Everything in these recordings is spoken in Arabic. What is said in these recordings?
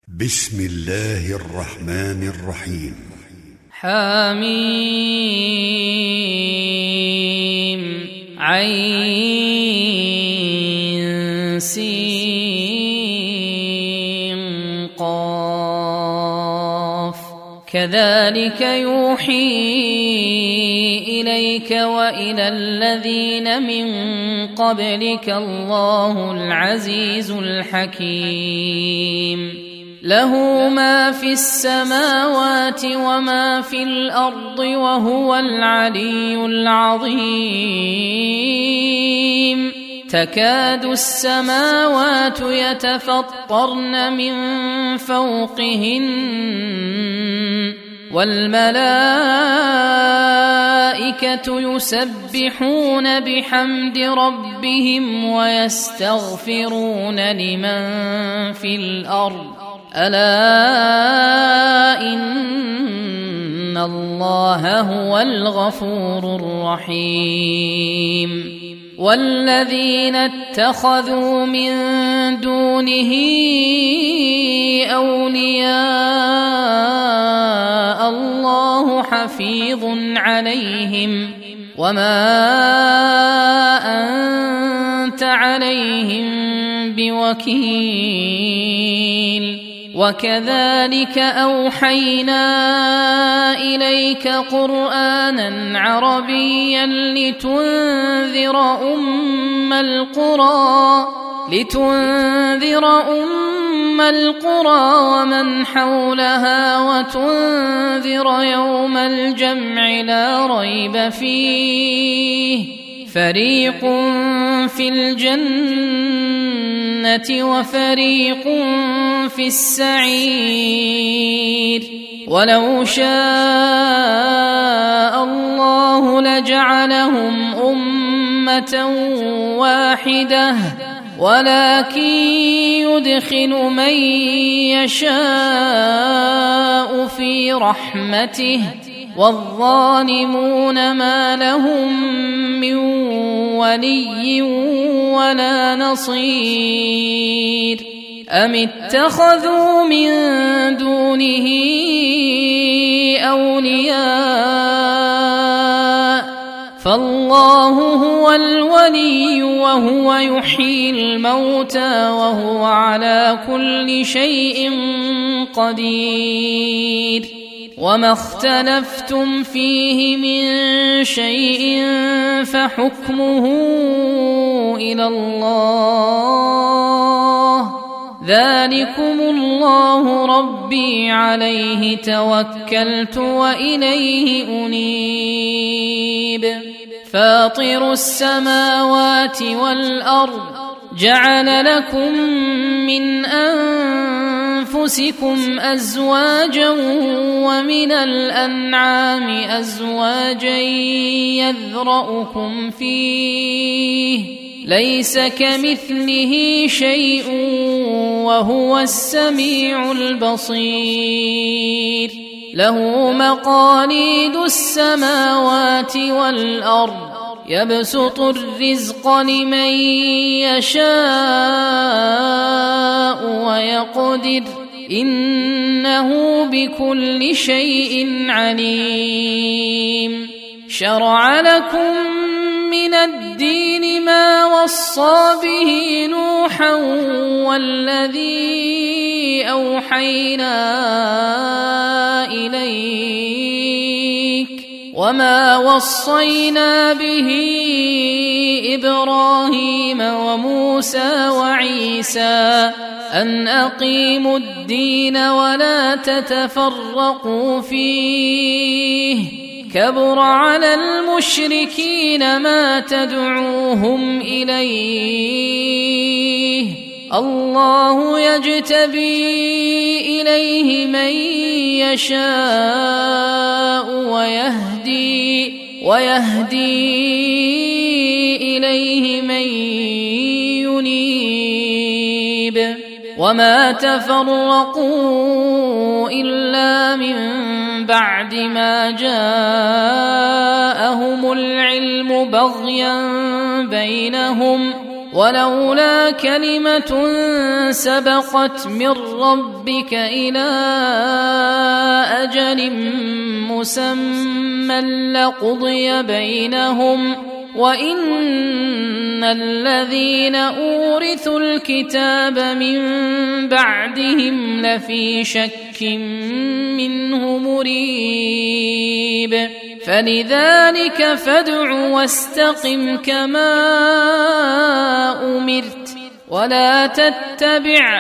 بسم الله الرحمن الرحيم. حميم عين سين قاف كذلك يوحي إليك وإلى الذين من قبلك الله العزيز الحكيم له ما في السماوات وما في الأرض وهو العلي العظيم تكاد السماوات يتفطرن من فوقهن والملائكة يسبحون بحمد ربهم ويستغفرون لمن في الأرض ألا إن الله هو الغفور الرحيم والذين اتخذوا من دونه أولياء الله حفيظ عليهم وما أنت عليهم بوكيل وكذلك أوحينا إليك قرآنا عربيا لتنذر أم القرى ومن حولها وتنذر يوم الجمع لا ريب فيه فريق في الجنة وفريق في السعير ولو شاء الله لجعلهم أمة واحدة ولكن يدخل من يشاء في رحمته والظالمون ما لهم من ولي ولا نصير أم اتخذوا من دونه أولياء فالله هو الولي وهو يحيي الموتى وهو على كل شيء قدير وما اختلفتم فيه من شيء فحكمه إلى الله ذلكم الله ربي عليه توكلت وإليه أنيب فاطر السماوات والأرض جعل لكم من أنفسكم أزواجا ومن الأنعام أزواجا يذرأكم فيه ليس كمثله شيء وهو السميع البصير له مقاليد السماوات والأرض يبسط الرزق لمن يشاء ويقدر إنه بكل شيء عليم شرع لكم من الدين ما وصى به نوحا والذي أوحينا إليك وما وصينا به إبراهيم وموسى وعيسى أن أقيموا الدين ولا تتفرقوا فيه كبر على المشركين ما تدعوهم إليه الله يجتبي إليه من يشاء ويهدي إليه من ينيب وما تفرقوا إلا من بعد ما جاءهم العلم بغيا بينهم ولولا كلمة سبقت من ربك إلى أجل مسمى لقضي بينهم وإن الذين أورثوا الكتاب من بعدهم لفي شك منه مريب فلذلك فادع واستقم كما أمرت ولا تتبع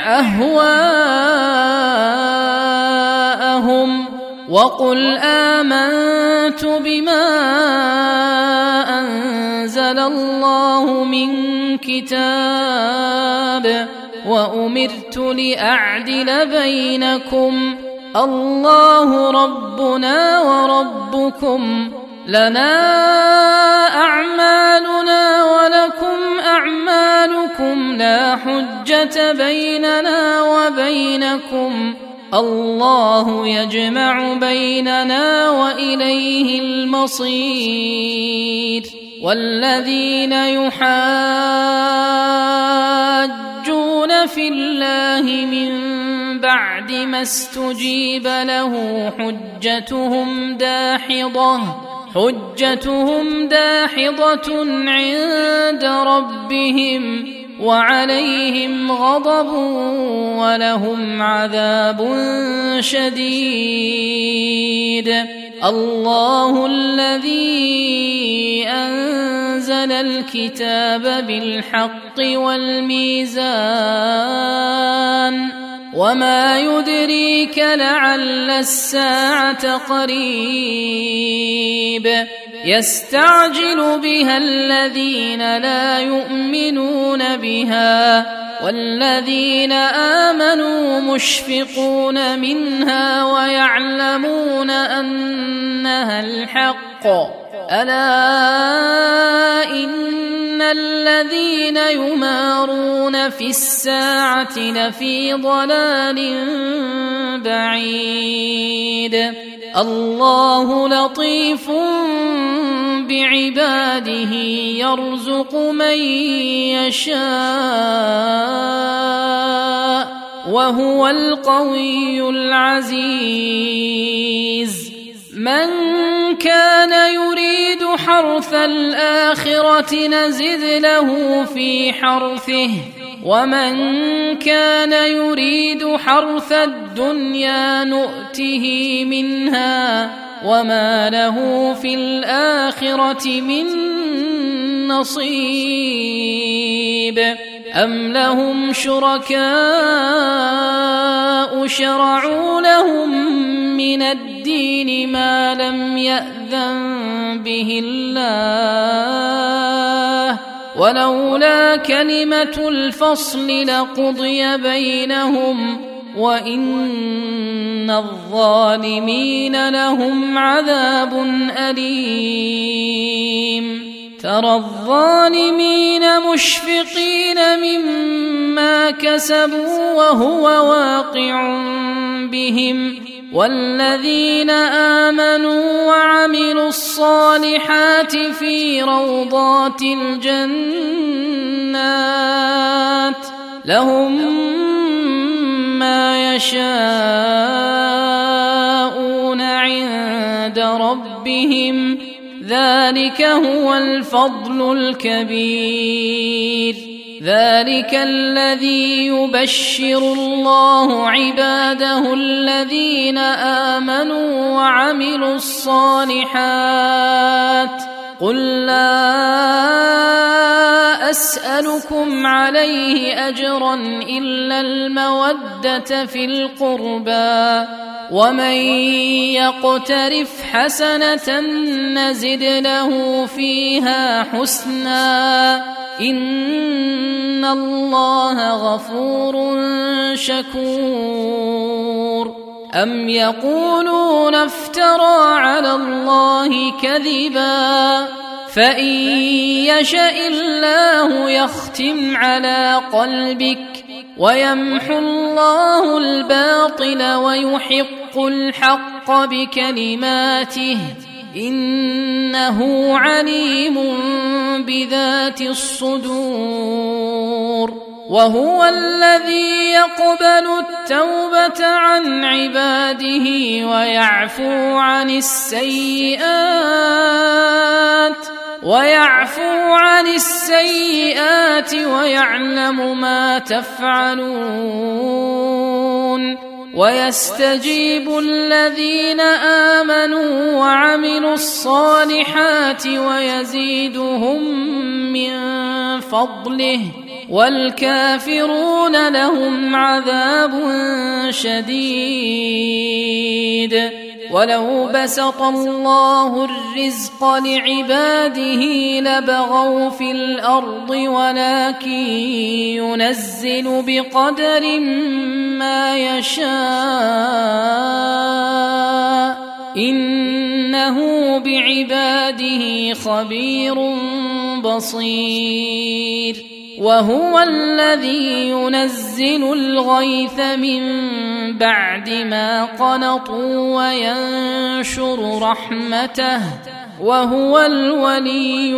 أهواءهم وقل آمنت بما أنزل الله من كتاب وأمرت لأعدل بينكم الله ربنا وربكم لنا أعمالنا ولكم أعمالكم لا حجة بيننا وبينكم الله يجمع بيننا وإليه المصير والذين يحاجون في الله من بعد ما استجيب له حجتهم داحضة عند ربهم وعليهم غضب ولهم عذاب شديد الله الذي أنزل الكتاب بالحق والميزان وما يدريك لعل الساعة قريب يستعجل بها الذين لا يؤمنون بها والذين آمنوا مشفقون منها ويعلمون أنها الحق ألا إن الذين يمارون في الساعة لفي ضلال بعيد الله لطيف بعباده يرزق من يشاء وهو القوي العزيز من كان يريد حرث الآخرة نزد له في حرثه ومن كان يريد حرث الدنيا نؤته منها وما له في الآخرة من نصيب أم لهم شركاء شرعوا لهم من الدين ما لم يأذن به الله ولولا كلمة الفصل لقضي بينهم وإن الظالمين لهم عذاب أليم ترى الظالمين مشفقين مما كسبوا وهو واقع بهم والذين آمنوا وعملوا الصالحات في روضات الجنات لهم ما يشاءون عند ربهم ذلك هو الفضل الكبير ذلك الذي يبشر الله عباده الذين آمنوا وعملوا الصالحات قل لا أسألكم عليه أجرا إلا المودة في القربى ومن يقترف حسنة نزد له فيها حسنا إن الله غفور شكور أم يقولون افترى على الله كذبا فإن يشأ الله يختم على قلبك ويمحو الله الباطل ويحق الحق بكلماته إنه عليم بذات الصدور وهو الذي يقبل التوبة عن عباده ويعفو عن السيئات ويعلم ما تفعلون ويستجيب الذين آمنوا وعملوا الصالحات ويزيدهم من فضله والكافرون لهم عذاب شديد ولو بسط الله الرزق لعباده لبغوا في الأرض ولكن ينزل بقدر ما يشاء إنه بعباده خبير بصير وهو الذي ينزل الغيث من بعد ما قنطوا وينشر رحمته وهو الولي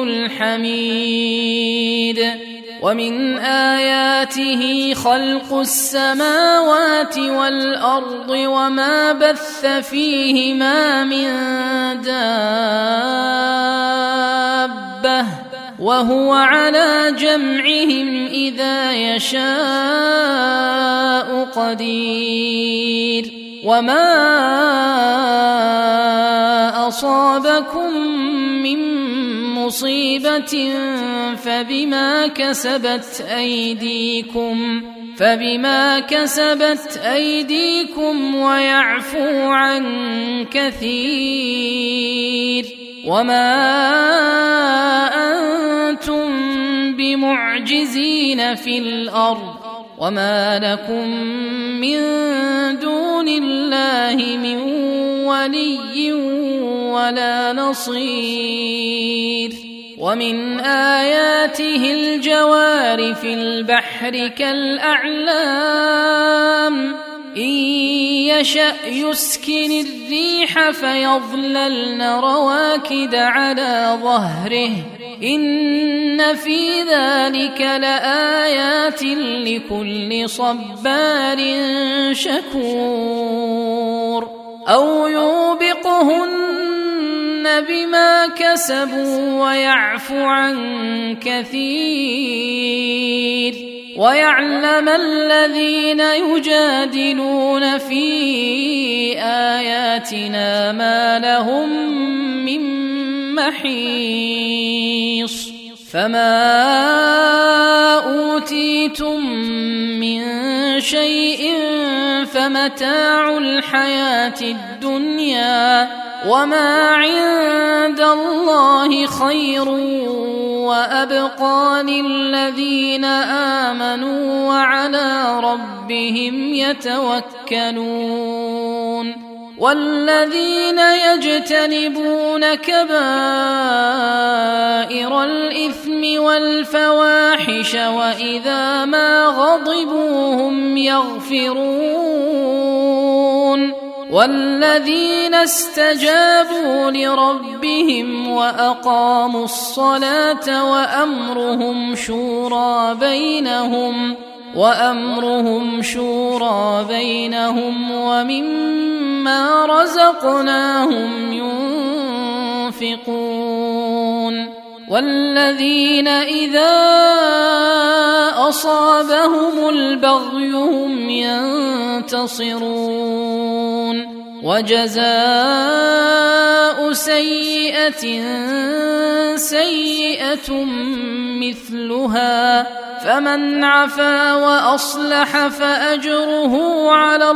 الحميد ومن آياته خلق السماوات والأرض وما بث فيهما من دابة وهو على جمعهم إذا يشاء قدير وما أصابكم من مصيبة فبما كسبت أيديكم ويعفو عن كثير وما أنتم بمعجزين في الأرض وما لكم من دون الله من ولي ولا نصير ومن آياته الجوار في البحر كالأعلام إن يشأ يسكن الريح فيظللن رواكد على ظهره إن في ذلك لآيات لكل صبار شكور أو يوبقهن بما كسبوا ويعفو عن كثير ويعلم الذين يجادلون في آياتنا ما لهم من محيص فما أوتيتم من شيء فمتاع الحياة الدنيا وما عند الله خير وأبقى للذين آمنوا وعلى ربهم يتوكلون والذين يجتنبون كبائر الإثم والفواحش وإذا ما غضبوا هم يغفرون والذين استجابوا لربهم وأقاموا الصلاة وأمرهم شورى بينهم ومما رزقناهم ينفقون والذين إذا أصابهم البغي هم ينتصرون وجزاء سيئة سيئة مثلها فمن عفا وأصلح فأجره على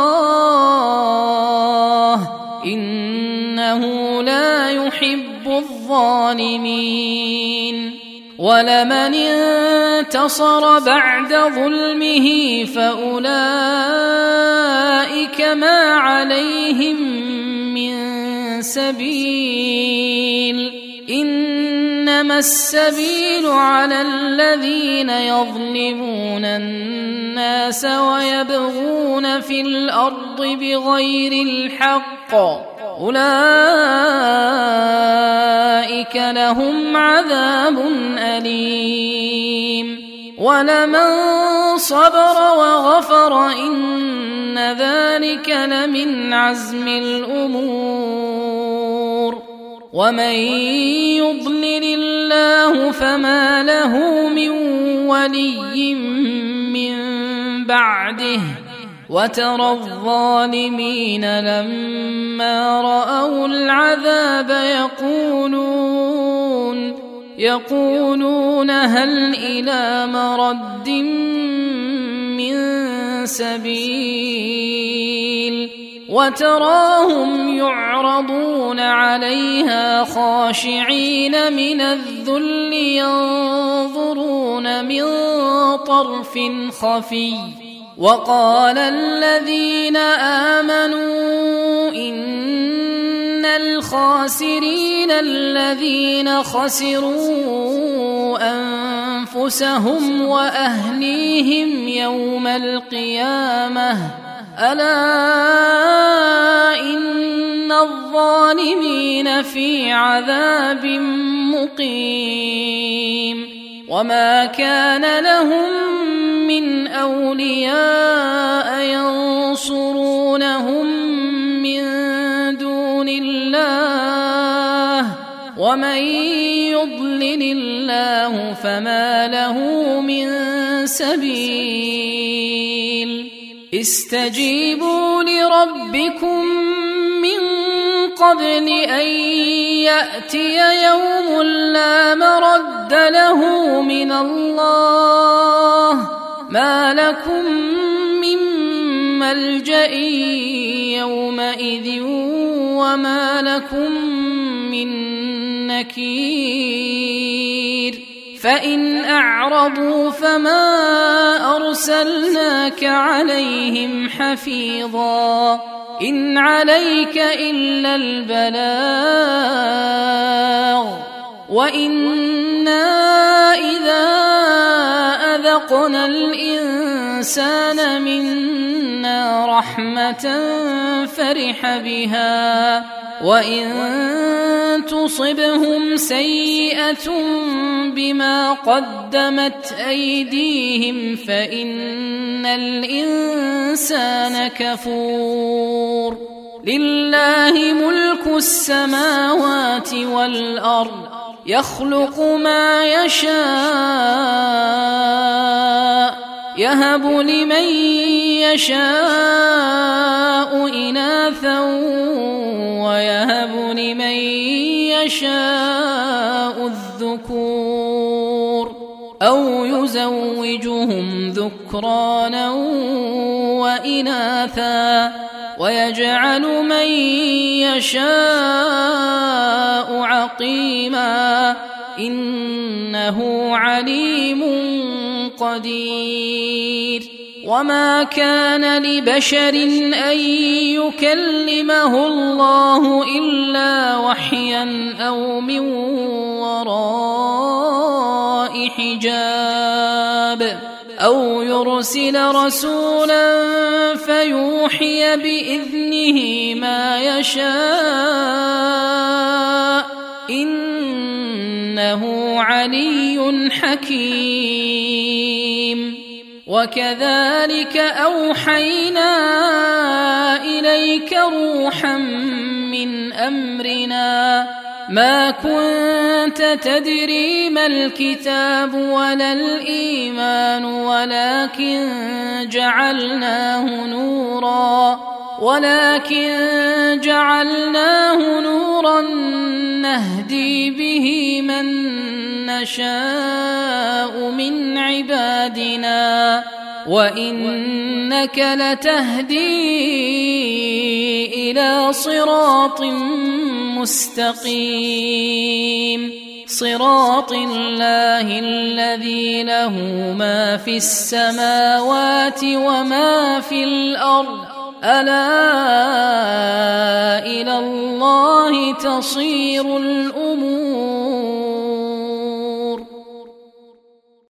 الله إنه لا يحب الظالمين ولمن انتصر بعد ظلمه فأولئك ما عليهم من سبيل إنما السبيل على الذين يظلمون الناس ويبغون في الأرض بغير الحق أولئك لهم عذاب أليم ولمن صبر وغفر إن ذلك لمن عزم الأمور ومن يضلل الله فما له من ولي من بعده وترى الظالمين لما رأوا العذاب يقولون هل إلى مرد من سبيل وتراهم يعرضون عليها خاشعين من الذل ينظرون من طرف خفي وقال الذين آمنوا إن الخاسرين الذين خسروا أنفسهم وأهليهم يوم القيامة ألا إن الظالمين في عذاب مقيم وما كان لهم من أولياء ينصرونهم من دون الله ومن يضلل الله فما له من سبيل استجيبوا لربكم من قبل أن يأتي يوم لا مرد له من الله ما لكم من ملجأ يومئذ وما لكم من نكير فإن أعرضوا فما أرسلناك عليهم حفيظا إن عليك إلا البلاغ وإنا إذا أذقنا الإنسان منا رحمة فرح بها وإن تصبهم سيئة بما قدمت أيديهم فإن الإنسان كفور لله ملك السماوات والأرض يخلق ما يشاء يهب لمن يشاء إناثا ويهب لمن يشاء الذكور أو يزوجهم ذكرانا وإناثا ويجعل من يشاء عقيما إنه عليم قدير وما كان لبشر أن يكلمه الله إلا وحيا أو من وراء حجاب أو يرسل رسولا فيوحي بإذنه ما يشاء إنه علي حكيم وكذلك أوحينا إليك روحا من أمرنا ما كنت تدري ما الكتاب ولا الإيمان ولكن جعلناه نورا نهدي به من نشاء من عبادنا وإنك لتهدي إلى صراط مستقيم صراط الله الذي له ما في السماوات وما في الأرض ألا إلى الله تصير الأمور